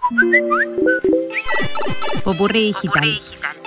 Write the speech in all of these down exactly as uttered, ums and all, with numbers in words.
Popurrí Digital.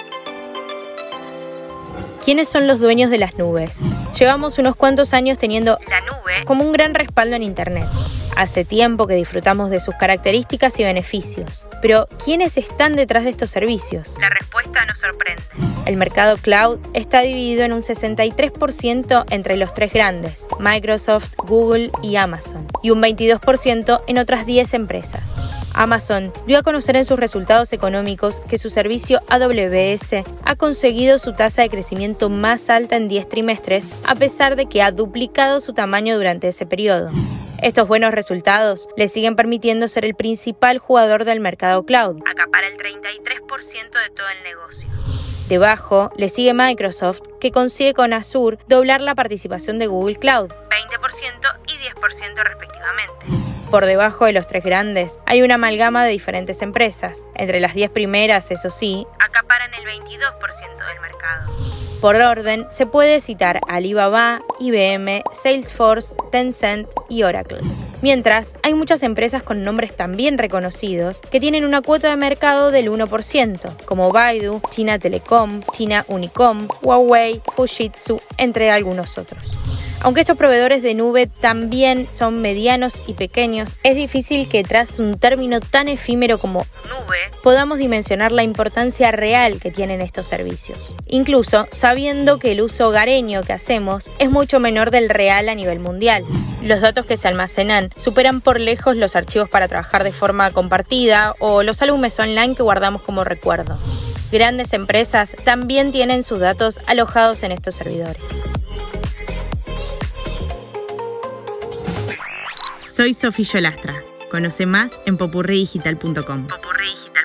¿Quiénes son los dueños de las nubes? Llevamos unos cuantos años teniendo la nube como un gran respaldo en Internet. Hace tiempo que disfrutamos de sus características y beneficios. Pero, ¿quiénes están detrás de estos servicios? La respuesta nos sorprende. El mercado cloud está dividido en un sesenta y tres por ciento entre los tres grandes, Microsoft, Google y Amazon, y un veintidós por ciento en otras diez empresas. Amazon dio a conocer en sus resultados económicos que su servicio A W S ha conseguido su tasa de crecimiento más alta en diez trimestres, a pesar de que ha duplicado su tamaño durante ese periodo. Estos buenos resultados le siguen permitiendo ser el principal jugador del mercado cloud, acapara el treinta y tres por ciento de todo el negocio. Debajo le sigue Microsoft, que consigue con Azure doblar la participación de Google Cloud, veinte por ciento y diez por ciento respectivamente. Por debajo de los tres grandes hay una amalgama de diferentes empresas. Entre las diez primeras, eso sí, acaparan el veintidós por ciento del mercado. Por orden, se puede citar Alibaba, I B M, Salesforce, Tencent y Oracle. Mientras, hay muchas empresas con nombres también reconocidos que tienen una cuota de mercado del uno por ciento, como Baidu, China Telecom, China Unicom, Huawei, Fujitsu, entre algunos otros. Aunque estos proveedores de nube también son medianos y pequeños, es difícil que tras un término tan efímero como nube podamos dimensionar la importancia real que tienen estos servicios, incluso sabiendo que el uso hogareño que hacemos es mucho menor del real a nivel mundial. Los datos que se almacenan superan por lejos los archivos para trabajar de forma compartida o los álbumes online que guardamos como recuerdo. Grandes empresas también tienen sus datos alojados en estos servidores. Soy Sofía Yolastra. Conoce más en popurrí digital punto com. Popurrí Digital.